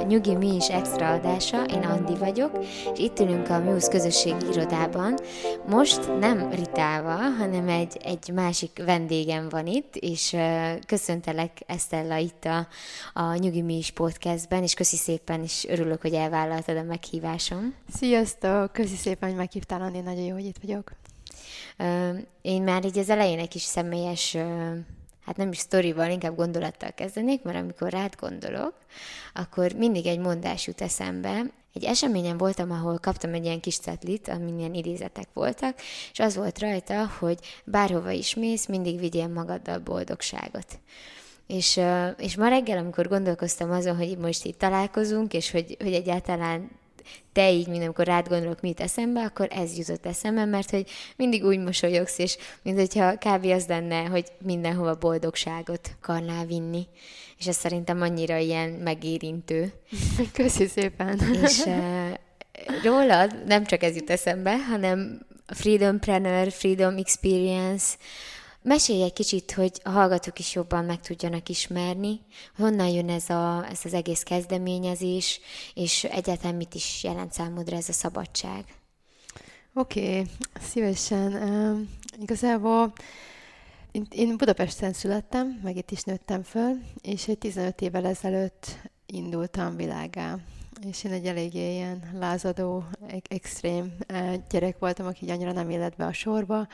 Nyugi Mi is extra adása, én Andi vagyok, és itt ülünk a Muse közösségi irodában. Most nem Ritával, hanem egy másik vendégem van itt, és köszöntelek, Esztella, itt a Nyugi Mi is podcastben, és köszi szépen, és örülök, hogy elvállaltad a meghívásom. Sziasztok! Köszi szépen, hogy meghívtál, Andi, nagyon jó, hogy itt vagyok. Én már így az elején egy kis személyes, hát nem is sztorival, inkább gondolattal kezdenék, mert amikor rád gondolok, akkor mindig egy mondás jut eszembe. Egy eseményen voltam, ahol kaptam egy ilyen kis cetlit, amin ilyen idézetek voltak, és az volt rajta, hogy bárhova is mész, mindig vigyél magaddal boldogságot. És ma reggel, amikor gondolkoztam azon, hogy most itt találkozunk, és hogy egyáltalán te így, mint amikor rád gondolok, mit eszembe, akkor ez jutott eszembe, mert hogy mindig úgy mosolyogsz, és mint hogyha kb. Az lenne, hogy mindenhova boldogságot akarnál vinni. És ez szerintem annyira ilyen megérintő. Köszi szépen! És rólad nem csak ez jut eszembe, hanem Freedompreneur, Freedom Experience. Mesélj egy kicsit, hogy a hallgatók is jobban meg tudjanak ismerni, honnan jön ez az egész kezdeményezés, és egyáltalán mit is jelent számodra ez a szabadság. Oké, szívesen. Igazából én Budapesten születtem, meg itt is nőttem föl, és egy 15 évvel ezelőtt indultam világgá. És én egy eléggé ilyen lázadó, extrém gyerek voltam, aki annyira nem élt be a sorba.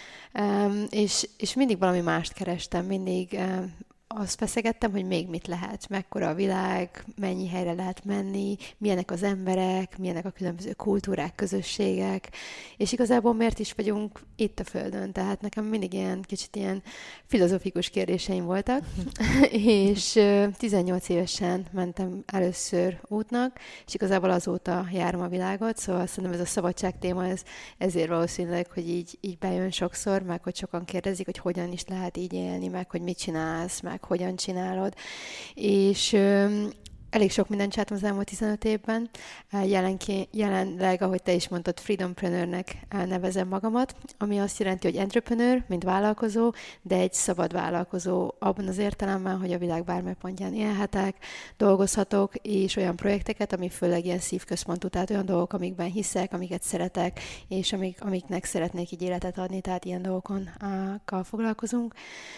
És mindig valami mást kerestem, mindig azt feszegettem, hogy még mit lehet, mekkora a világ, mennyi helyre lehet menni, milyenek az emberek, milyenek a különböző kultúrák, közösségek, és igazából miért is vagyunk itt a Földön. Tehát nekem mindig kicsit ilyen filozofikus kérdéseim voltak, és 18 évesen mentem először útnak, és igazából azóta járom a világot, szóval szerintem ez a szabadság téma, ezért valószínűleg, hogy így bejön sokszor, meg hogy sokan kérdezik, hogy hogyan is lehet így élni, meg hogy mit csinálsz, meg hogyan csinálod. És elég sok mindent csináltam az elmúlt 15 évben. Jelenleg, ahogy te is mondtad, Freedompreneurnek nevezem magamat, ami azt jelenti, hogy entrepreneur, mint vállalkozó, de egy szabad vállalkozó abban az értelemben, hogy a világ bármely pontján élhetek, dolgozhatok, és olyan projekteket, ami főleg ilyen szívközpontú, tehát olyan dolgok, amikben hiszek, amiket szeretek, és amiknek szeretnék így életet adni, tehát ilyen dolgokkal foglalkozunk.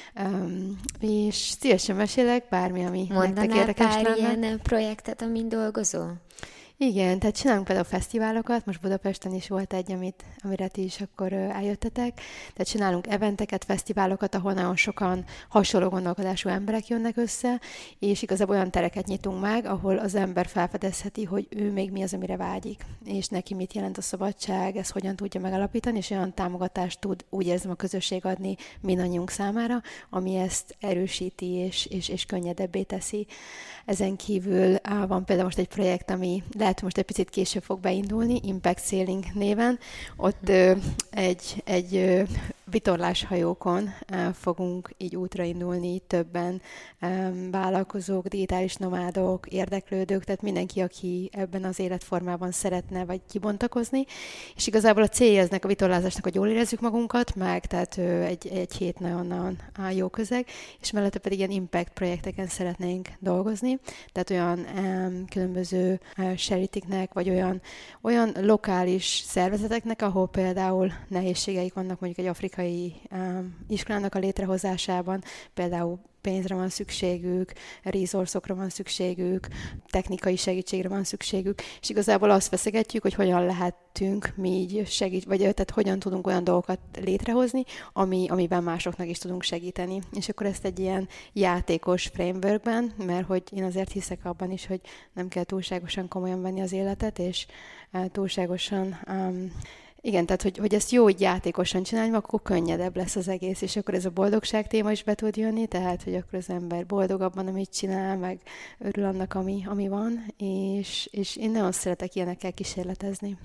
És szívesen mesélek, bármi, ami nektek érdekes lenne. Projektet, amin dolgozol? Igen, tehát csinálunk például fesztiválokat, most Budapesten is volt egy, amire ti is akkor eljöttetek, tehát csinálunk eventeket, fesztiválokat, ahol nagyon sokan hasonló gondolkodású emberek jönnek össze, és igazából olyan tereket nyitunk meg, ahol az ember felfedezheti, hogy ő még mi az, amire vágyik, és neki mit jelent a szabadság, ezt hogyan tudja megalapítani, és olyan támogatást tud, úgy érzem, a közösség adni mindannyiunk számára, ami ezt erősíti, és könnyedebbé teszi. Ezen kívül van például most egy projekt, ami lehet, most egy picit később fog beindulni, Impact Sailing néven. Ott egy vitorláshajókon fogunk így útra indulni, többen vállalkozók, digitális nomádok, érdeklődők, tehát mindenki, aki ebben az életformában szeretne vagy kibontakozni. És igazából a célja eznek a vitorlázásnak, hogy jól érezzük magunkat, meg tehát egy hét nagyon jó közeg, és mellette pedig ilyen impact projekteken szeretnénk dolgozni, tehát olyan különböző charitiknek, vagy olyan lokális szervezeteknek, ahol például nehézségeik vannak mondjuk egy afrikai iskolának a létrehozásában, például pénzre van szükségük, resource-okra van szükségük, technikai segítségre van szükségük, és igazából azt feszegetjük, hogy hogyan lehetünk mi így tehát hogyan tudunk olyan dolgokat létrehozni, amiben másoknak is tudunk segíteni. És akkor ezt egy ilyen játékos frameworkben, mert hogy én azért hiszek abban is, hogy nem kell túlságosan komolyan venni az életet, és túlságosan igen, tehát hogy ezt jó, hogy játékosan csinálni, akkor könnyedebb lesz az egész, és akkor ez a boldogság téma is be tud jönni, tehát hogy akkor az ember boldog abban, amit csinál, meg örül annak, ami van, és én nagyon szeretek ilyenekkel kísérletezni.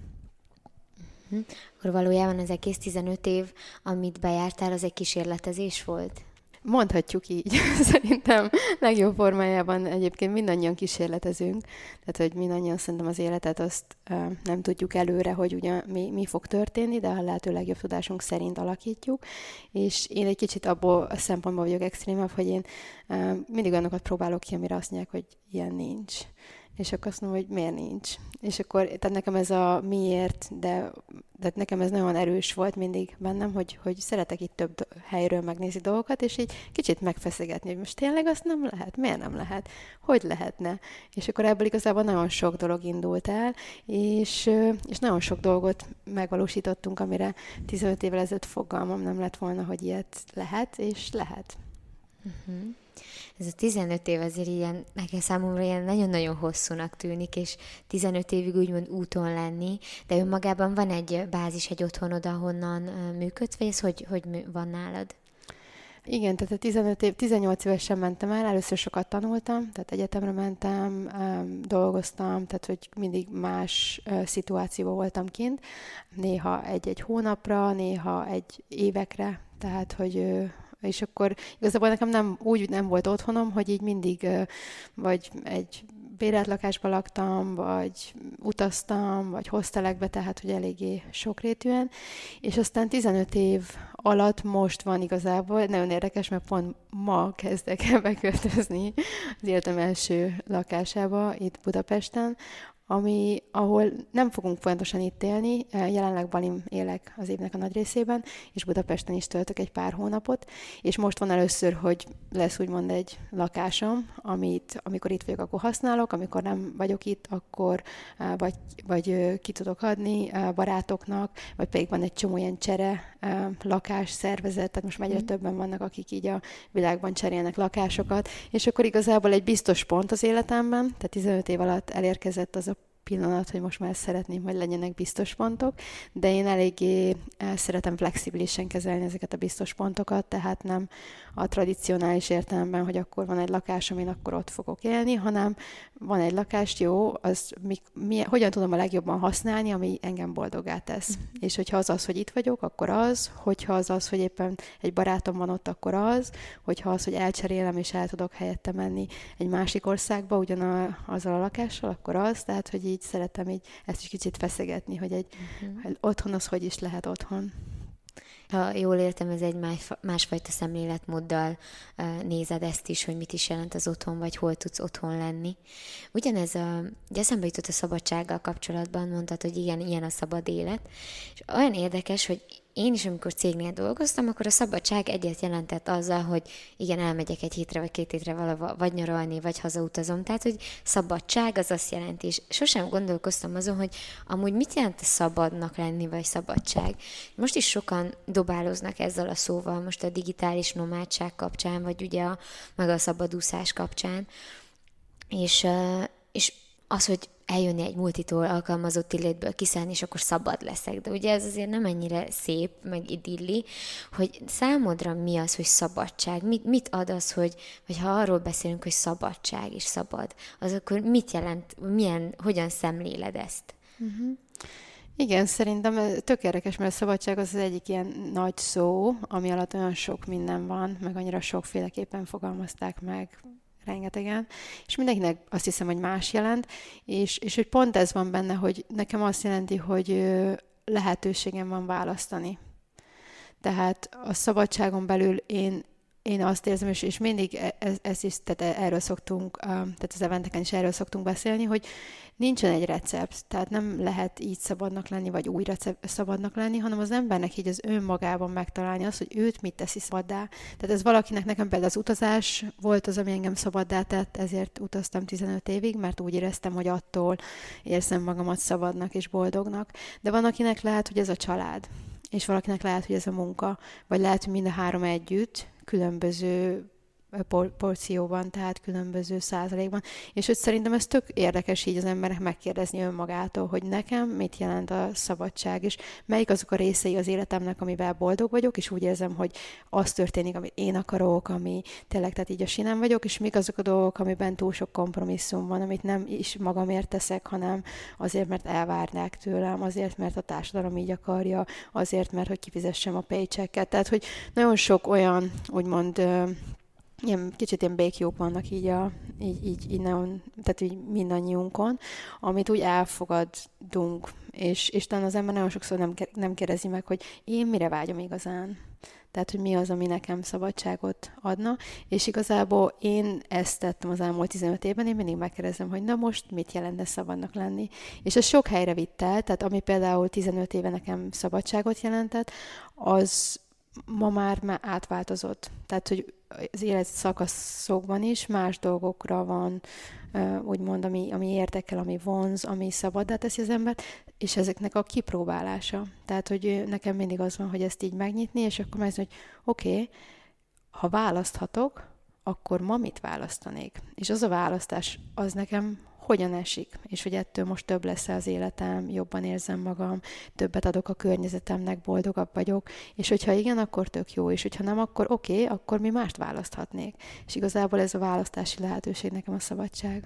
Akkor valójában az egész 15 év, amit bejártál, az egy kísérletezés volt? Mondhatjuk így. Szerintem legjobb formájában egyébként mindannyian kísérletezünk. Tehát, hogy mindannyian szerintem az életet azt nem tudjuk előre, hogy ugye mi fog történni, de a lehető legjobb tudásunk szerint alakítjuk. És én egy kicsit abból a szempontból vagyok extrémabb, hogy én mindig olyanokat próbálok ki, amire azt mondják, hogy ilyen nincs. És akkor azt mondom, hogy miért nincs. És akkor, tehát nekem ez a miért, de nekem ez nagyon erős volt mindig bennem, hogy szeretek itt több helyről megnézni dolgokat, és így kicsit megfeszegetni, hogy most tényleg azt nem lehet, miért nem lehet, hogy lehetne. És akkor ebből igazából nagyon sok dolog indult el, és nagyon sok dolgot megvalósítottunk, amire 15 évvel ezelőtt fogalmam nem lett volna, hogy ilyet lehet, és lehet. Uh-huh. Ez a 15 év azért ilyen, nekem számomra ilyen nagyon-nagyon hosszúnak tűnik, és 15 évig úgymond úton lenni, de önmagában van egy bázis, egy otthonod, ahonnan működsz, vagy ez hogy van nálad? Igen, tehát 18 évesen mentem el, először sokat tanultam, tehát egyetemre mentem, dolgoztam, tehát hogy mindig más szituációban voltam kint, néha egy hónapra, néha egy évekre, tehát hogy és akkor igazából nekem nem volt otthonom, hogy így mindig vagy egy bérelt lakásban laktam, vagy utaztam, vagy hostelekbe, tehát hogy eléggé sokrétűen. És aztán 15 év alatt most van igazából, nagyon érdekes, mert pont ma kezdek el beköltözni az életem első lakásába, itt Budapesten, ahol nem fogunk pontosan itt élni, jelenleg Balin élek az évnek a nagy részében, és Budapesten is töltök egy pár hónapot, és most van először, hogy lesz úgymond egy lakásom, amikor itt vagyok, akkor használok, amikor nem vagyok itt, akkor vagy ki tudok adni barátoknak, vagy pedig van egy csomó ilyen csere lakás szervezet, tehát most már egyre többen vannak, akik így a világban cserélnek lakásokat, és akkor igazából egy biztos pont az életemben, tehát 15 év alatt elérkezett az a pillanat, hogy most már szeretném, hogy legyenek biztos pontok, de én eléggé szeretem flexibilisen kezelni ezeket a biztos pontokat, tehát nem a tradicionális értelemben, hogy akkor van egy lakás, amin akkor ott fogok élni, hanem van egy lakás, jó, hogyan tudom a legjobban használni, ami engem boldoggá tesz. És hogyha az, hogy itt vagyok, akkor az, hogyha az, hogy éppen egy barátom van ott, akkor az, hogyha az, hogy elcserélem és el tudok helyette menni egy másik országba, azzal a lakással, akkor az, tehát, hogy így szeretem így ezt is kicsit feszegetni, hogy egy otthon az hogy is lehet otthon. Ha jól értem, ez egy másfajta szemléletmóddal nézed ezt is, hogy mit is jelent az otthon, vagy hol tudsz otthon lenni. Ugyanez eszembe jutott a szabadsággal kapcsolatban, mondtad, hogy igen, ilyen a szabad élet. És olyan érdekes, hogy én is, amikor cégnél dolgoztam, akkor a szabadság egyet jelentett azzal, hogy igen, elmegyek egy hétre vagy 2 hétre valahova, vagy nyaralni, vagy hazautazom. Tehát, hogy szabadság az azt jelenti, és sosem gondolkoztam azon, hogy amúgy mit jelent szabadnak lenni, vagy szabadság. Most is sokan dobáloznak ezzel a szóval, most a digitális nomádság kapcsán, vagy ugye meg a szabadúszás kapcsán. És az, hogy eljönni egy multitól alkalmazott létből kiszállni, és akkor szabad leszek. De ugye ez azért nem ennyire szép, meg idilli, hogy számodra mi az, hogy szabadság? Mit ad az, vagy ha arról beszélünk, hogy szabadság és szabad, az akkor mit jelent, hogyan szemléled ezt? Uh-huh. Igen, szerintem tök érdekes, mert a szabadság az egyik ilyen nagy szó, ami alatt olyan sok minden van, meg annyira sokféleképpen fogalmazták meg, rengetegen, és mindenkinek azt hiszem, hogy más jelent, és hogy pont ez van benne, hogy nekem azt jelenti, hogy lehetőségem van választani. Tehát a szabadságon belül én azt érzem, és mindig ez is, tehát erről szoktunk, tehát az eventeken is erről szoktunk beszélni, hogy nincsen egy recept, tehát nem lehet így szabadnak lenni, vagy újra szabadnak lenni, hanem az embernek így az önmagában megtalálni azt, hogy őt mit teszi szabaddá. Tehát ez valakinek, nekem például az utazás volt az, ami engem szabaddá tett, ezért utaztam 15 évig, mert úgy éreztem, hogy attól érzem magamat szabadnak és boldognak. De van, akinek lehet, hogy ez a család, és valakinek lehet, hogy ez a munka, vagy lehet, hogy mind a három együtt, különböző porcióban, tehát különböző százalékban. És hogy szerintem ez tök érdekes így az emberek megkérdezni önmagától, hogy nekem mit jelent a szabadság, és melyik azok a részei az életemnek, amivel boldog vagyok, és úgy érzem, hogy az történik, amit én akarok, ami tényleg, tehát így a sinem vagyok, és mik azok a dolgok, amiben túl sok kompromisszum van, amit nem is magamért teszek, hanem azért, mert elvárnák tőlem, azért, mert a társadalom így akarja, azért, mert hogy kifizessem a paychecket. Tehát, hogy nagyon sok olyan, úgymond ilyen, kicsit ilyen békjók vannak így nagyon, tehát így mindannyiunkon, amit úgy elfogadunk, és talán az ember nagyon sokszor nem kérdezi meg, hogy én mire vágyom igazán. Tehát, hogy mi az, ami nekem szabadságot adna, és igazából én ezt tettem az elmúlt 15 évben, én mindig megkérdezem, hogy na most mit jelentne szabadnak lenni. És ez sok helyre vitt el, tehát ami például 15 éve nekem szabadságot jelentett, az ma már átváltozott. Tehát, hogy az élet szakaszokban is más dolgokra van, úgymond, ami érdekel, ami vonz, ami szabaddá teszi az embert, és ezeknek a kipróbálása. Tehát, hogy nekem mindig az van, hogy ezt így megnyitni, és akkor megnézni, hogy oké, ha választhatok, akkor ma mit választanék? És az a választás, az nekem hogyan esik, és hogy ettől most több lesz az életem, jobban érzem magam, többet adok a környezetemnek, boldogabb vagyok, és hogyha igen, akkor tök jó, és hogyha nem, akkor oké, akkor mi mást választhatnék. És igazából ez a választási lehetőség nekem a szabadság.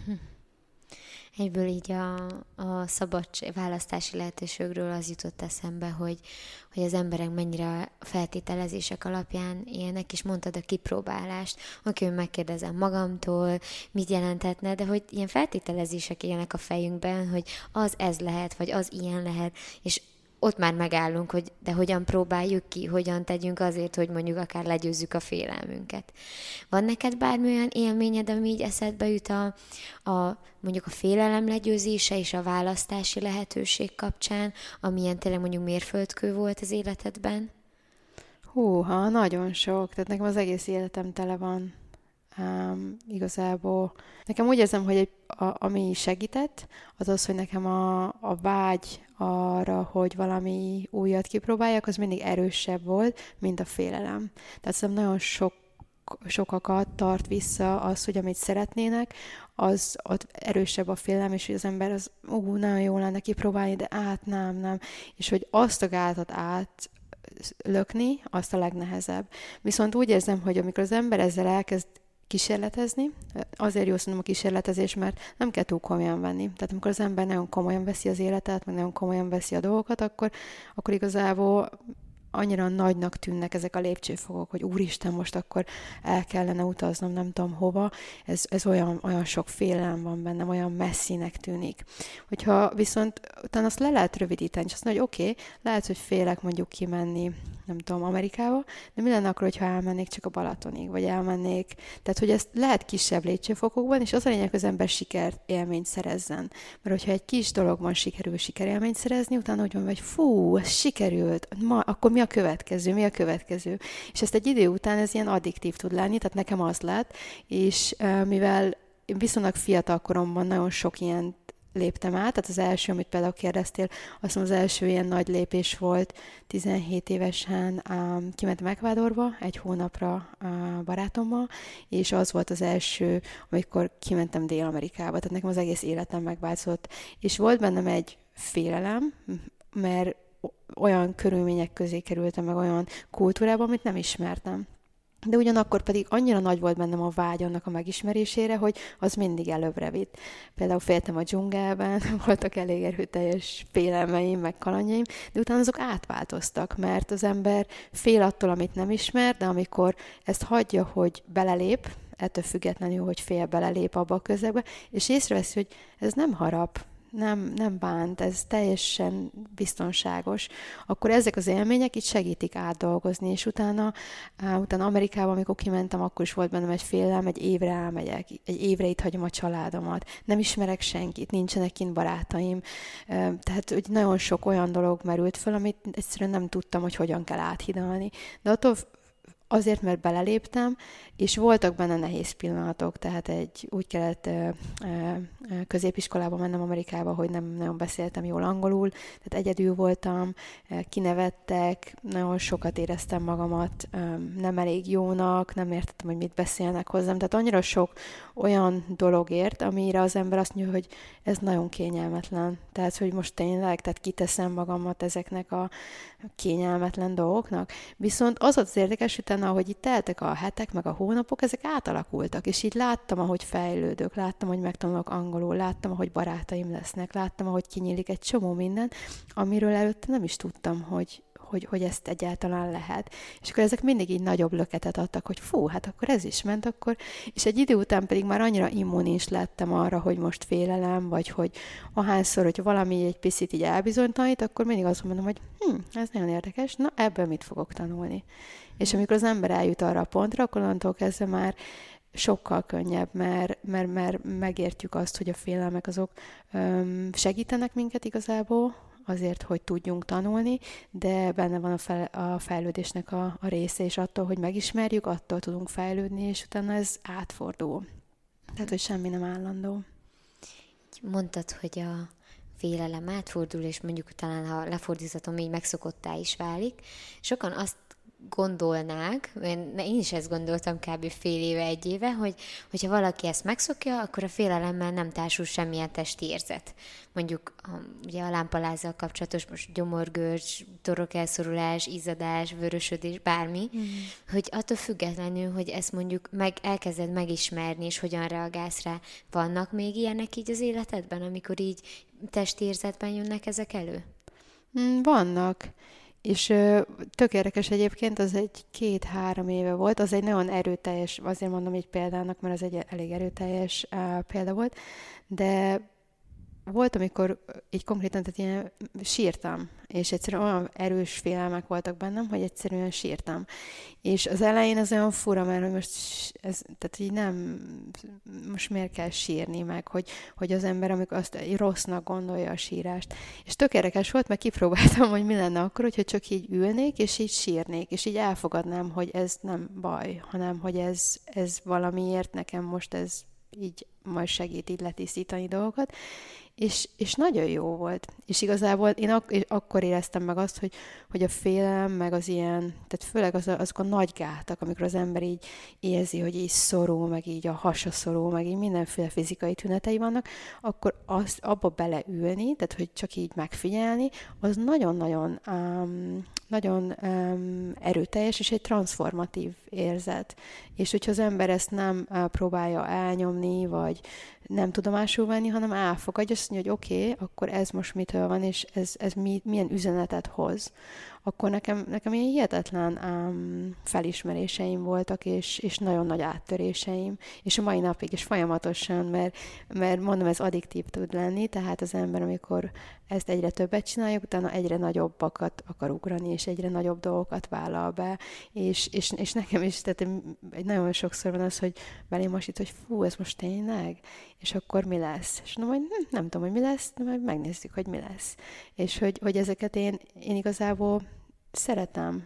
Egyből így a szabad választási lehetőségről az jutott eszembe, hogy az emberek mennyire feltételezések alapján élnek, és mondtad a kipróbálást. Oké, megkérdezem magamtól, mit jelenthetne, de hogy ilyen feltételezések élnek a fejünkben, hogy az ez lehet, vagy az ilyen lehet, és ott már megállunk, hogy de hogyan próbáljuk ki, hogyan tegyünk azért, hogy mondjuk akár legyőzzük a félelmünket. Van neked bármi olyan élményed, ami így eszedbe jut mondjuk a félelem legyőzése és a választási lehetőség kapcsán, amilyen tényleg mondjuk mérföldkő volt az életedben? Húha, nagyon sok. Tehát nekem az egész életem tele van. Igazából nekem úgy érzem, hogy ami segített, az az, hogy nekem a vágy arra, hogy valami újat kipróbáljak, az mindig erősebb volt, mint a félelem. Tehát szerintem nagyon sokakat tart vissza az, hogy amit szeretnének, az ott erősebb a félelem, és hogy az ember az nagyon jó lenne kipróbálni, de nem. És hogy azt a gátat átlökni, azt a legnehezebb. Viszont úgy érzem, hogy amikor az ember ezzel elkezd kísérletezni. Azért jó szerintem a kísérletezés, mert nem kell túl komolyan venni. Tehát amikor az ember nagyon komolyan veszi az életet, meg nagyon komolyan veszi a dolgokat, akkor igazából annyira nagynak tűnnek ezek a lépcsőfokok, hogy úristen, most akkor el kellene utaznom, nem tudom hova. Ez olyan sok félelem van bennem, olyan messzinek tűnik. Hogyha viszont utána azt le lehet rövidíteni, és azt mondja, hogy oké, lehet, hogy félek mondjuk kimenni, nem tudom, Amerikába, de mi lenne akkor, hogyha elmennék csak a Balatonig, vagy elmennék. Tehát, hogy ezt lehet kisebb lépcsőfokokban, és az a lényeg, hogy az ember sikerélményt szerezzen. Mert hogyha egy kis dologban sikerül sikerélményt szerezni, utána úgy van, hogy fú, ez sikerült, akkor mi a következő? És ezt egy idő után ez ilyen addiktív tud lenni, tehát nekem az lett, és mivel viszonylag fiatal koromban nagyon sok ilyen léptem át, tehát az első, amit például kérdeztél, azt mondom, az első ilyen nagy lépés volt, 17 évesen kimentem Ecuadorba egy hónapra barátommal, és az volt az első, amikor kimentem Dél-Amerikába, tehát nekem az egész életem megváltozott, és volt bennem egy félelem, mert olyan körülmények közé kerültem, meg olyan kultúrában, amit nem ismertem. De ugyanakkor pedig annyira nagy volt bennem a vágy annak a megismerésére, hogy az mindig előbbre vitt. Például féltem a dzsungelben, voltak elég erőteljes félelmeim, meg kalandjaim, de utána azok átváltoztak, mert az ember fél attól, amit nem ismer, de amikor ezt hagyja, hogy belelép, ettől függetlenül, hogy fél belelép abba a közegbe, és észreveszi, hogy ez nem harap, nem bánt, ez teljesen biztonságos, akkor ezek az élmények itt segítik átdolgozni, és utána Amerikában, amikor kimentem, akkor is volt bennem egy félelem, egy évre elmegyek, egy évre itt hagyom a családomat, nem ismerek senkit, nincsenek kint barátaim, tehát hogy nagyon sok olyan dolog merült föl, amit egyszerűen nem tudtam, hogy hogyan kell áthidalni. De attól azért, mert beleléptem, és voltak benne nehéz pillanatok, tehát úgy kellett középiskolába mennem Amerikába, hogy nem nagyon beszéltem jól angolul, tehát egyedül voltam, kinevettek, nagyon sokat éreztem magamat nem elég jónak, nem értettem, hogy mit beszélnek hozzám, tehát annyira sok olyan dolog ért, amire az ember azt mondja, hogy ez nagyon kényelmetlen. Tehát, hogy most tényleg, tehát kiteszem magamat ezeknek a kényelmetlen dolgoknak. Viszont az érdekes, utána, ahogy itt teltek a hetek, meg a hónapok, ezek átalakultak, és így láttam, ahogy fejlődök, láttam, hogy megtanulok angolul, láttam, ahogy barátaim lesznek, láttam, ahogy kinyílik egy csomó minden, amiről előtte nem is tudtam, hogy ezt egyáltalán lehet. És akkor ezek mindig így nagyobb löketet adtak, hogy fú, hát akkor ez is ment akkor. És egy idő után pedig már annyira immunis lettem arra, hogy most félelem, vagy hogy ahányszor, hogy valami egy picit így elbizonytalanít, akkor mindig azt mondom, hogy ez nagyon érdekes, na ebből mit fogok tanulni. És amikor az ember eljut arra a pontra, akkor onnantól kezdve már sokkal könnyebb, mert megértjük azt, hogy a félelmek azok segítenek minket igazából, azért, hogy tudjunk tanulni, de benne van a fejlődésnek a része, és attól, hogy megismerjük, attól tudunk fejlődni, és utána ez átfordul. Tehát, hogy semmi nem állandó. Mondtad, hogy a félelem átfordul, és mondjuk talán, ha lefordítatom, így megszokottá is válik. Sokan azt gondolnák, én is ezt gondoltam kb. Fél éve, egy éve, hogy hogyha valaki ezt megszokja, akkor a félelemmel nem társul semmilyen testi érzet. Mondjuk ugye a lámpalázzal kapcsolatos, most gyomorgörcs, torokelszorulás, izzadás, vörösödés, bármi, hogy attól függetlenül, hogy ezt mondjuk elkezded megismerni, és hogyan reagálsz rá, vannak még ilyenek így az életedben, amikor így testi érzetben jönnek ezek elő? Vannak. És tök érdekes egyébként, az egy 2-3 éve volt, az egy nagyon erőteljes, azért mondom így példának, mert az egy elég erőteljes példa volt, de volt, amikor így konkrétan tehát ilyen sírtam, és egyszerűen olyan erős félelmek voltak bennem, hogy egyszerűen sírtam. És az elején az olyan fura, mert hogy most ez, tehát így nem, most miért kell sírni meg, hogy az ember, amikor azt rossznak gondolja a sírást. És tök érdekes volt, mert kipróbáltam, hogy mi lenne akkor, hogyha csak így ülnék, és így sírnék, és így elfogadnám, hogy ez nem baj, hanem hogy ez valamiért nekem most ez így majd segít így letisztítani dolgokat, és nagyon jó volt. És igazából én akkor éreztem meg azt, hogy a félelem, meg az ilyen, tehát főleg azok a nagy gátak, amikor az ember így érzi, hogy így szorul, meg így a hasa szorul, meg így mindenféle fizikai tünetei vannak, akkor abba beleülni, tehát hogy csak így megfigyelni, az nagyon-nagyon nagyon erőteljes, és egy transformatív érzet. És hogyha az ember ezt nem próbálja elnyomni, vagy nem tudomásul venni, hanem elfogadja, azt mondja, hogy oké, akkor ez most mitől van, és ez milyen üzenetet hoz. Akkor nekem ilyen hihetetlen felismeréseim voltak, és nagyon nagy áttöréseim, és a mai napig is folyamatosan, mert mondom, ez addiktív tud lenni, tehát az ember, amikor ezt egyre többet csináljuk, utána egyre nagyobbakat akar ugrani, és egyre nagyobb dolgokat vállal be, és nekem is, tehát nagyon sokszor van az, hogy belém most itt, hogy fú, ez most tényleg? És akkor mi lesz? És mondom, hogy nem tudom, hogy mi lesz, de majd megnézzük, hogy mi lesz. És hogy ezeket én igazából szeretem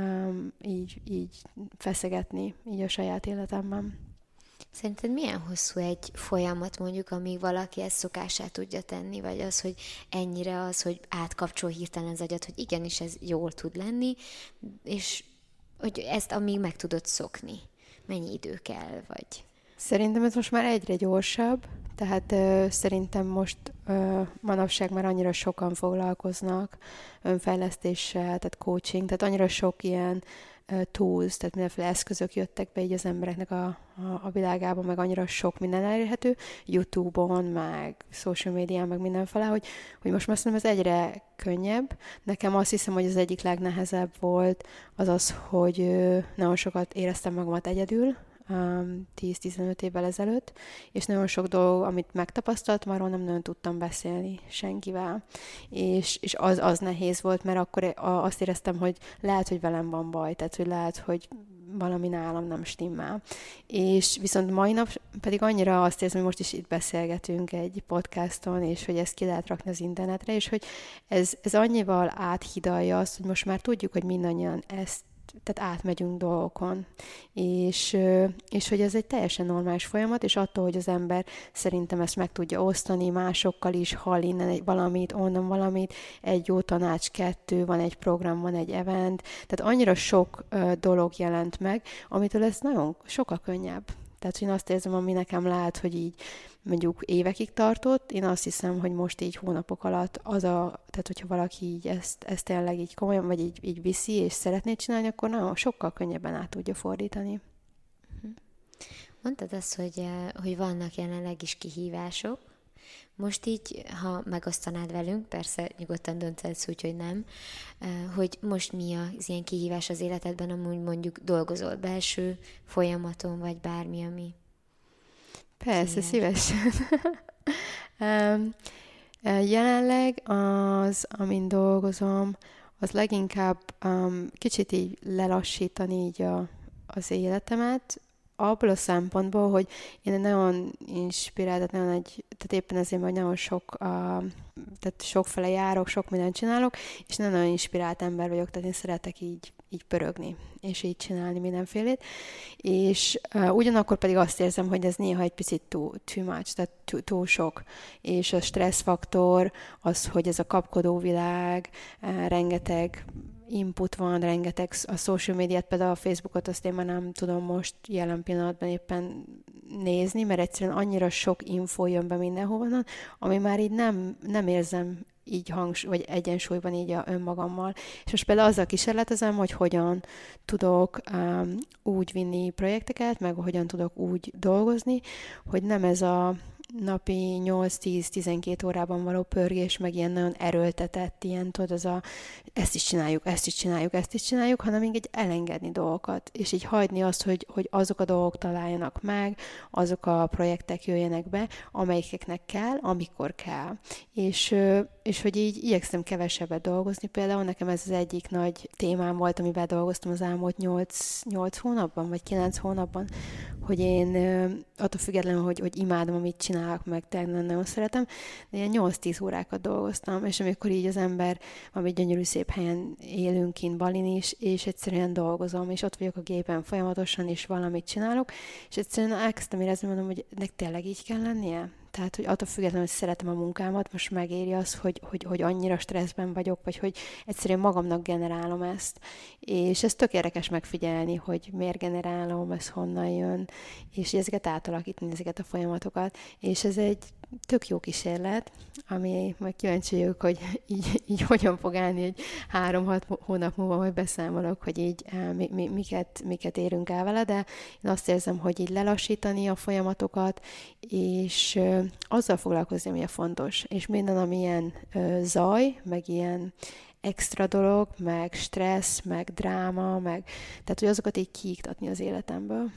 így feszegetni így a saját életemben. Szerinted milyen hosszú egy folyamat mondjuk, amíg valaki ezt szokásá tudja tenni, vagy az, hogy ennyire az, hogy átkapcsol hirtelen az agyat, hogy igenis ez jól tud lenni, és hogy ezt amíg meg tudod szokni. Mennyi idő kell, vagy... Szerintem ez most már egyre gyorsabb, tehát szerintem most manapság már annyira sokan foglalkoznak önfejlesztéssel, tehát coaching, tehát annyira sok ilyen tools, tehát mindenféle eszközök jöttek be így az embereknek a világában, meg annyira sok minden elérhető, YouTube-on, meg social médián, meg mindenfele, hogy most már szerintem ez egyre könnyebb. Nekem azt hiszem, hogy az egyik legnehezebb volt az, hogy nagyon sokat éreztem magamat egyedül, 10-15 évvel ezelőtt, és nagyon sok dolog, amit megtapasztaltam, arról nem nagyon tudtam beszélni senkivel. És az nehéz volt, mert akkor azt éreztem, hogy lehet, hogy velem van baj, tehát hogy lehet, hogy valami nálam nem stimmel. És viszont mai nap pedig annyira azt érzem, hogy most is itt beszélgetünk egy podcaston, és hogy ezt ki lehet rakni az internetre, és hogy ez annyival áthidalja azt, hogy most már tudjuk, hogy mindannyian ezt tehát átmegyünk dolgokon, és hogy ez egy teljesen normális folyamat, és attól, hogy az ember szerintem ezt meg tudja osztani, másokkal is hall innen valamit, onnan valamit, egy jó tanács, 2, van egy program, van egy event, tehát annyira sok dolog jelent meg, amitől ez nagyon sokkal könnyebb. Tehát én azt érzem, ami nekem lehet, hogy így mondjuk évekig tartott, én azt hiszem, hogy most így hónapok alatt tehát hogyha valaki így ezt tényleg így komolyan, vagy így viszi, és szeretné csinálni, akkor nagyon sokkal könnyebben át tudja fordítani. Mondtad azt, hogy vannak jelenleg is kihívások, Most így, ha megosztanád velünk, persze nyugodtan dönthetsz úgy, hogy nem, hogy most mi az ilyen kihívás az életedben, amúgy mondjuk dolgozol belső folyamaton, vagy bármi, ami Persze, szívesen. Jelenleg az, amin dolgozom, az leginkább kicsit így lelassítani így az életemet, abból a szempontból, hogy én nagyon inspirált, tehát éppen ezért, hogy nagyon tehát sokfele járok, sok mindent csinálok, és nagyon inspirált ember vagyok, tehát én szeretek így pörögni, és így csinálni mindenfélét. És ugyanakkor pedig azt érzem, hogy ez néha egy picit too much, tehát túl sok. És a stresszfaktor, az, hogy ez a kapkodó világ, rengeteg input van, rengeteg a social médiát, például a Facebookot, azt én már nem tudom most jelen pillanatban éppen nézni, mert egyszerűen annyira sok info jön be mindenhova, ami már így nem érzem így vagy egyensúlyban így önmagammal. És most például azzal kísérletezem, hogy hogyan tudok úgy vinni projekteket, meg hogyan tudok úgy dolgozni, hogy nem ez a napi 8-10-12 órában való pörgés, meg ilyen nagyon erőltetett, ilyen tudod, ezt is csináljuk, hanem így elengedni dolgokat, és így hagyni azt, hogy azok a dolgok találjanak meg, azok a projektek jöjjenek be, amelyiknek kell, amikor kell. És hogy így igyekszem kevesebbet dolgozni. Például nekem ez az egyik nagy témám volt, amivel dolgoztam az elmúlt 8 hónapban, vagy 9 hónapban, hogy én attól függetlenül, hogy imádom, amit csinálok, meg tényleg nagyon szeretem, de ilyen 8-10 órákat dolgoztam, és amikor így az ember, ami gyönyörű szép helyen élünk kint Balin is, és egyszerűen dolgozom, és ott vagyok a gépen folyamatosan, és valamit csinálok, és egyszerűen elkezdtem érezni, mondom, hogy nek tényleg így kell lennie? Tehát, hogy attól függetlenül, hogy szeretem a munkámat, most megéri az, hogy annyira stresszben vagyok, vagy hogy egyszerűen magamnak generálom ezt. És ez tök érdekes megfigyelni, hogy miért generálom, ez honnan jön, és ezeket átalakítani, ezeket a folyamatokat. És ez egy tök jó kísérlet, ami majd kíváncsi vagyok, hogy így hogyan fog állni, hogy 3-6 hónap múlva majd beszámolok, hogy így miket érünk el vele, de én azt érzem, hogy így lelassítani a folyamatokat, és azzal foglalkozni, ami a fontos. És minden, ami ilyen zaj, meg ilyen extra dolog, meg stressz, meg dráma, tehát, hogy azokat így kiiktatni az életemből.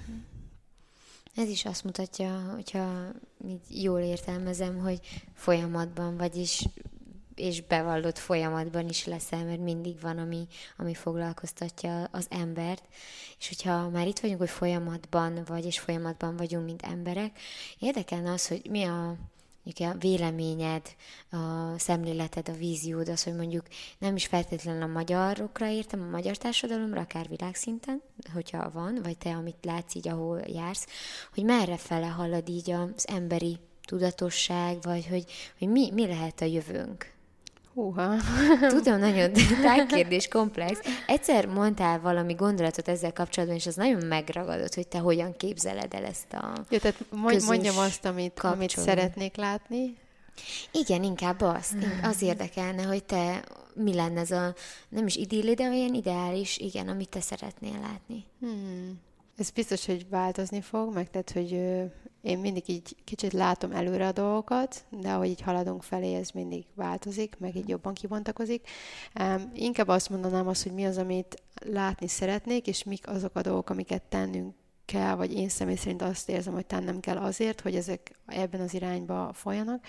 Ez is azt mutatja, hogyha jól értelmezem, hogy folyamatban vagyis, és bevallott folyamatban is leszel, mert mindig van, ami foglalkoztatja az embert. És hogyha már itt vagyunk, hogy folyamatban vagy, és folyamatban vagyunk, mint emberek, érdekelne az, hogy mi a véleményed, a szemléleted, a víziód, az, hogy mondjuk nem is feltétlenül a magyarokra értem, a magyar társadalomra, akár világszinten, hogyha van, vagy te, amit látsz így, ahol jársz, hogy merre fele halad így az emberi tudatosság, vagy hogy mi lehet a jövőnk? Húha. Tudom, nagyon tágkérdés, komplex. Egyszer mondtál valami gondolatot ezzel kapcsolatban, és az nagyon megragadott, hogy te hogyan képzeled el ezt a jó, tehát mondjam azt, amit szeretnék látni. Igen, inkább azt. Az érdekelne, hogy te mi lenne ez a, nem is idilli, de olyan ideális, igen, amit te szeretnél látni. Ez biztos, hogy változni fog, meg tehát, hogy én mindig így kicsit látom előre a dolgokat, de ahogy így haladunk felé, ez mindig változik, meg így jobban kibontakozik. Inkább azt mondanám hogy mi az, amit látni szeretnék, és mik azok a dolgok, amiket tennünk kell, vagy én személy szerint azt érzem, hogy tennem kell azért, hogy ezek ebben az irányba folyanak.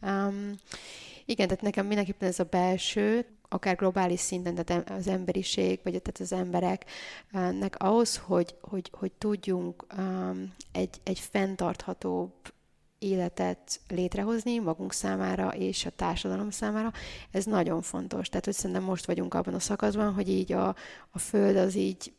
Igen, tehát nekem mindenképpen ez a belső, akár globális szinten, tehát az emberiség, vagy tehát az embereknek ahhoz, hogy tudjunk egy fenntarthatóbb életet létrehozni magunk számára és a társadalom számára, ez nagyon fontos. Tehát, hogy szerintem most vagyunk abban a szakaszban, hogy így a Föld az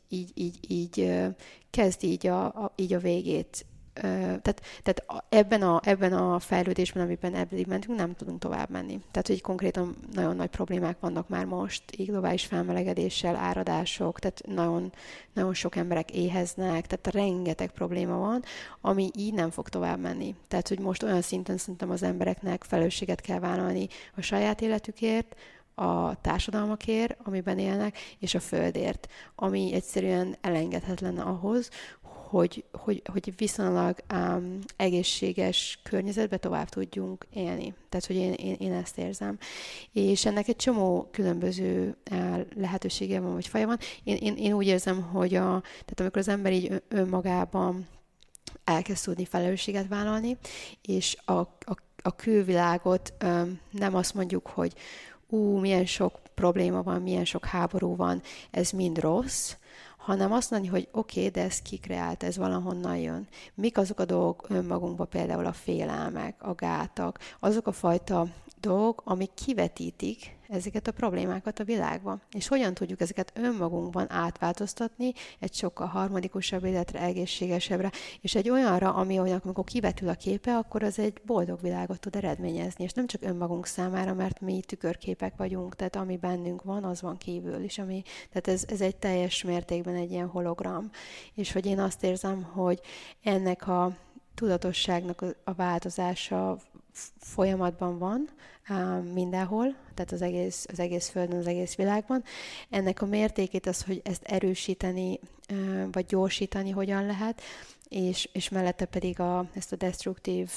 így kezd így a végét. Tehát ebben a fejlődésben, amiben eddig mentünk, nem tudunk tovább menni. Tehát, hogy konkrétan nagyon nagy problémák vannak már most, így globális felmelegedéssel, áradások, tehát nagyon, nagyon sok emberek éheznek, tehát rengeteg probléma van, ami így nem fog tovább menni. Tehát, hogy most olyan szinten szerintem az embereknek felelősséget kell vállalni a saját életükért, a társadalmakért, amiben élnek, és a földért, ami egyszerűen elengedhetetlen ahhoz, hogy viszonylag egészséges környezetbe tovább tudjunk élni. Tehát, hogy én ezt érzem. És ennek egy csomó különböző lehetősége van, vagy faja van. Én úgy érzem, hogy tehát amikor az ember így önmagában elkezd tudni felelősséget vállalni, és a külvilágot nem azt mondjuk, hogy milyen sok probléma van, milyen sok háború van, ez mind rossz, hanem azt mondani, hogy oké, de ez kikreált, ez valahonnan jön. Mik azok a dolgok önmagunkban, például a félelmek, a gátak, azok a fajta dolgok, amik kivetítik ezeket a problémákat a világban. És hogyan tudjuk ezeket önmagunkban átváltoztatni egy sokkal harmonikusabb életre, egészségesebbre, és egy olyanra, ami olyan, amikor kivetül a képe, akkor az egy boldog világot tud eredményezni. És nem csak önmagunk számára, mert mi tükörképek vagyunk, tehát ami bennünk van, az van kívül is. Tehát ez egy teljes mértékben egy ilyen hologram. És hogy én azt érzem, hogy ennek a tudatosságnak a változása folyamatban van mindenhol, tehát az egész Földön, az egész világban. Ennek a mértékét az, hogy ezt erősíteni, vagy gyorsítani hogyan lehet, és mellette pedig ezt a destruktív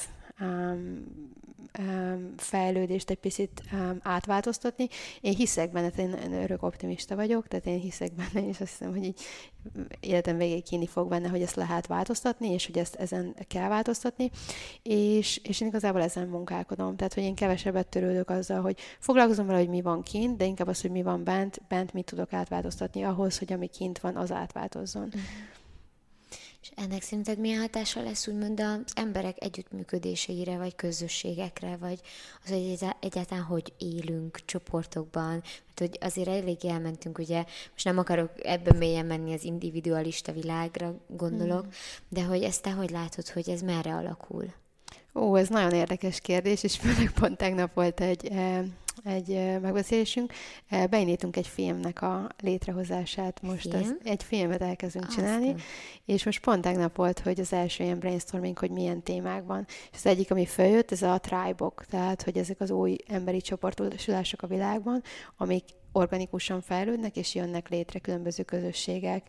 fejlődést egy picit átváltoztatni. Én hiszek benne, én örök optimista vagyok, tehát én hiszek benne, és azt hiszem, hogy így életem végéig kínni fog benne, hogy ezt lehet változtatni, és hogy ezen kell változtatni, és én igazából ezen munkálkodom. Tehát, hogy én kevesebbet törődök azzal, hogy foglalkozom vele, hogy mi van kint, de inkább az, hogy mi van bent mit tudok átváltoztatni ahhoz, hogy ami kint van, az átváltozzon. Uh-huh. És ennek szerinted milyen hatása lesz úgymond az emberek együttműködéseire, vagy közösségekre, vagy az, hogy egyáltalán hogy élünk csoportokban, mert hogy azért elég elmentünk, ugye, most nem akarok ebben mélyen menni, az individualista világra gondolok, de hogy ezt te hogy látod, hogy ez merre alakul? Ez nagyon érdekes kérdés, és főleg pont tegnap volt egy megbeszélésünk. Beindítunk egy filmnek a létrehozását. Most egy filmet elkezdünk csinálni, és most pont tegnap volt, hogy az első ilyen brainstorming, hogy milyen témákban. És az egyik, ami feljött, ez a tribe-ok, tehát, hogy ezek az új emberi csoportosulások a világban, amik organikusan fejlődnek, és jönnek létre különböző közösségek,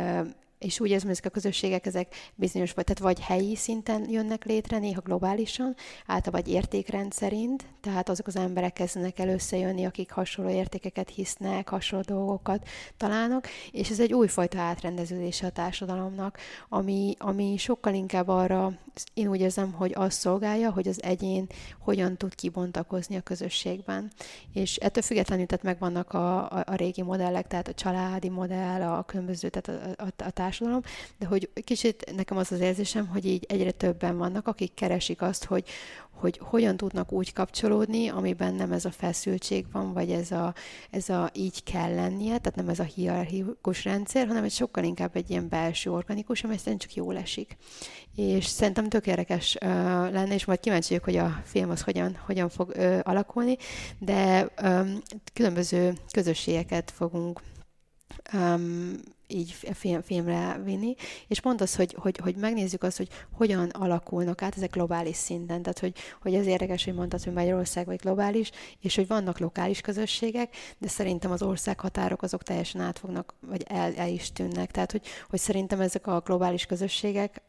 és úgy érzem, ezek a közösségek, ezek bizonyos, vagy helyi szinten jönnek létre, néha globálisan, általában vagy értékrend szerint, tehát azok az emberek kezdenek el összejönni, akik hasonló értékeket hisznek, hasonló dolgokat találnak, és ez egy újfajta átrendeződése a társadalomnak, ami sokkal inkább arra, én úgy érzem, hogy azt szolgálja, hogy az egyén hogyan tud kibontakozni a közösségben. És ettől függetlenül tehát megvannak a régi modellek, tehát a családi modell, a különböző, tehát a társadalom, de hogy kicsit nekem az érzésem, hogy így egyre többen vannak, akik keresik azt, hogy hogyan tudnak úgy kapcsolódni, amiben nem ez a feszültség van, vagy ez a így kell lennie, tehát nem ez a hierarchikus rendszer, hanem egy sokkal inkább egy ilyen belső organikus, amely szerintem csak jól esik. És szerintem tök érdekes lenne, és majd kíváncsi vagyok, hogy a film az hogyan fog alakulni, de különböző közösségeket fogunk így filmre vinni, és pont az, hogy megnézzük azt, hogy hogyan alakulnak át ezek globális szinten, tehát hogy ez érdekes, hogy mondtad, hogy Magyarország vagy globális, és hogy vannak lokális közösségek, de szerintem az országhatárok azok teljesen átfognak, vagy el is tűnnek, tehát hogy szerintem ezek a globális közösségek,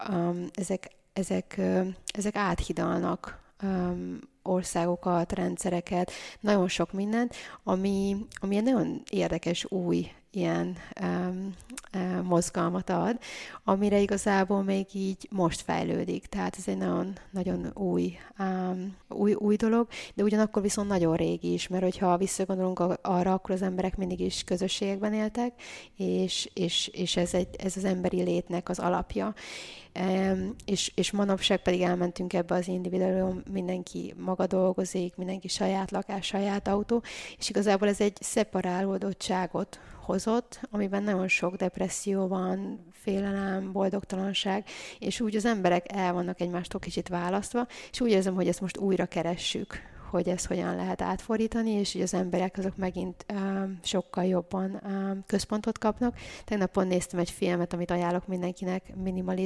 ezek áthidalnak országokat, rendszereket, nagyon sok mindent, ami egy nagyon érdekes új ilyen mozgalmat ad, amire igazából még így most fejlődik. Tehát ez egy nagyon, nagyon új dolog, de ugyanakkor viszont nagyon régi is, mert hogyha visszagondolunk arra, akkor az emberek mindig is közösségekben éltek, és ez az emberi létnek az alapja. És manapság pedig elmentünk ebbe az individuálum, mindenki maga dolgozik, mindenki saját lakás, saját autó, és igazából ez egy szeparálódottságot hozott, amiben nagyon sok depresszió van, félelem, boldogtalanság, és úgy az emberek el vannak egymástól kicsit választva, és úgy érzem, hogy ezt most újra keressük, hogy ezt hogyan lehet átfordítani, és hogy az emberek azok megint sokkal jobban központot kapnak. Tegnap pont néztem egy filmet, amit ajánlok mindenkinek,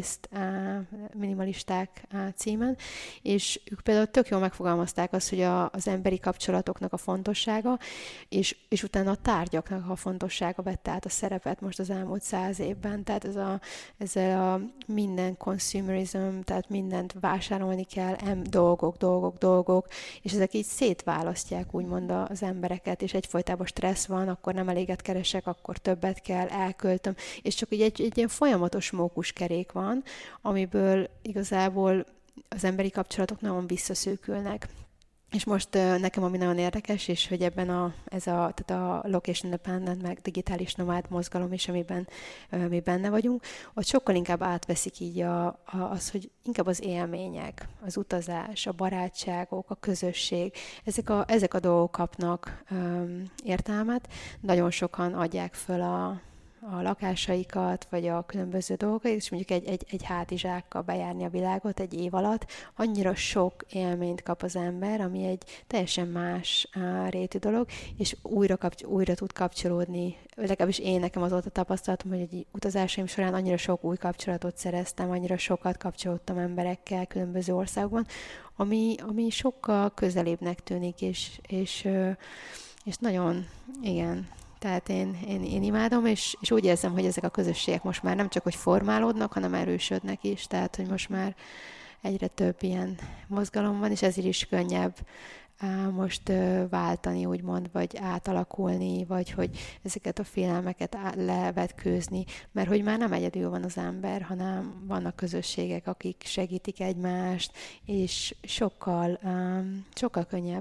Minimalisták címen, és ők például tök jól megfogalmazták azt, hogy az emberi kapcsolatoknak a fontossága, és utána a tárgyaknak a fontossága vette át a szerepet most az elmúlt 100 évben. Tehát ezzel a minden consumerism, tehát mindent vásárolni kell, dolgok, és ezek így szétválasztják úgymond az embereket, és egyfolytában stressz van, akkor nem eléget keresek, akkor többet kell, elköltöm, és csak így egy ilyen folyamatos mókuskerék van, amiből igazából az emberi kapcsolatok nagyon visszaszűkülnek. És most nekem ami nagyon érdekes, és hogy ebben tehát a location independent, meg digitális nomád mozgalom is, amiben mi benne vagyunk, ott sokkal inkább átveszik így az, hogy inkább az élmények, az utazás, a barátságok, a közösség, ezek a dolgok kapnak értelmet. Nagyon sokan adják föl a lakásaikat, vagy a különböző dolgokat, és mondjuk egy hátizsákkal bejárni a világot egy év alatt, annyira sok élményt kap az ember, ami egy teljesen más rétű dolog, és újra tud kapcsolódni. Legalábbis nekem az volt a tapasztalatom, hogy egy utazásaim során annyira sok új kapcsolatot szereztem, annyira sokat kapcsolódtam emberekkel különböző országokban, ami sokkal közelébbnek tűnik, és nagyon, igen. Tehát én imádom, és úgy érzem, hogy ezek a közösségek most már nem csak, hogy formálódnak, hanem erősödnek is. Tehát, hogy most már egyre több ilyen mozgalom van, és ezért is könnyebb most váltani, úgymond, vagy átalakulni, vagy hogy ezeket a félelmeket levetkőzni, mert hogy már nem egyedül van az ember, hanem vannak közösségek, akik segítik egymást, és sokkal könnyebb.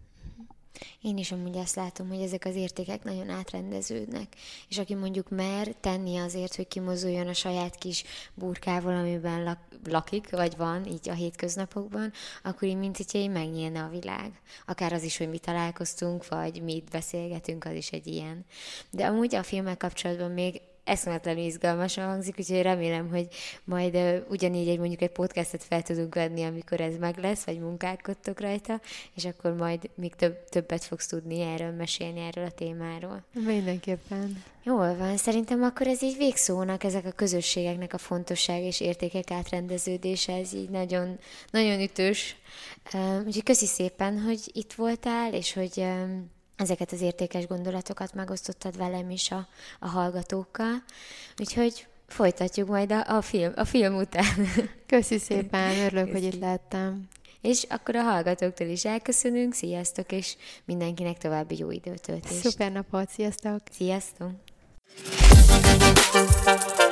Én is amúgy azt látom, hogy ezek az értékek nagyon átrendeződnek, és aki mondjuk mer tenni azért, hogy kimozduljon a saját kis burkával, amiben lakik, vagy van így a hétköznapokban, akkor így mint hogyha így megnyílna a világ. Akár az is, hogy mi találkoztunk, vagy mi itt beszélgetünk, az is egy ilyen. De amúgy a filmmel kapcsolatban még eszméletlenül izgalmasan hangzik, úgyhogy remélem, hogy majd ugyanígy mondjuk egy podcastet fel tudunk adni, amikor ez meg lesz, vagy munkálkodtok rajta, és akkor majd még többet fogsz tudni erről mesélni, erről a témáról. Mindenképpen. Jól van, szerintem akkor ez így végszónak, ezek a közösségeknek a fontosság és értékek átrendeződése, ez így nagyon, nagyon ütős. Úgyhogy köszi szépen, hogy itt voltál, és hogy ezeket az értékes gondolatokat megosztottad velem is a hallgatókkal. Úgyhogy folytatjuk majd a film után. Köszi szépen, örülök, hogy itt lettem. És akkor a hallgatóktól is elköszönünk, sziasztok, és mindenkinek további jó időtöltést. Szuper napot, sziasztok! Sziasztok!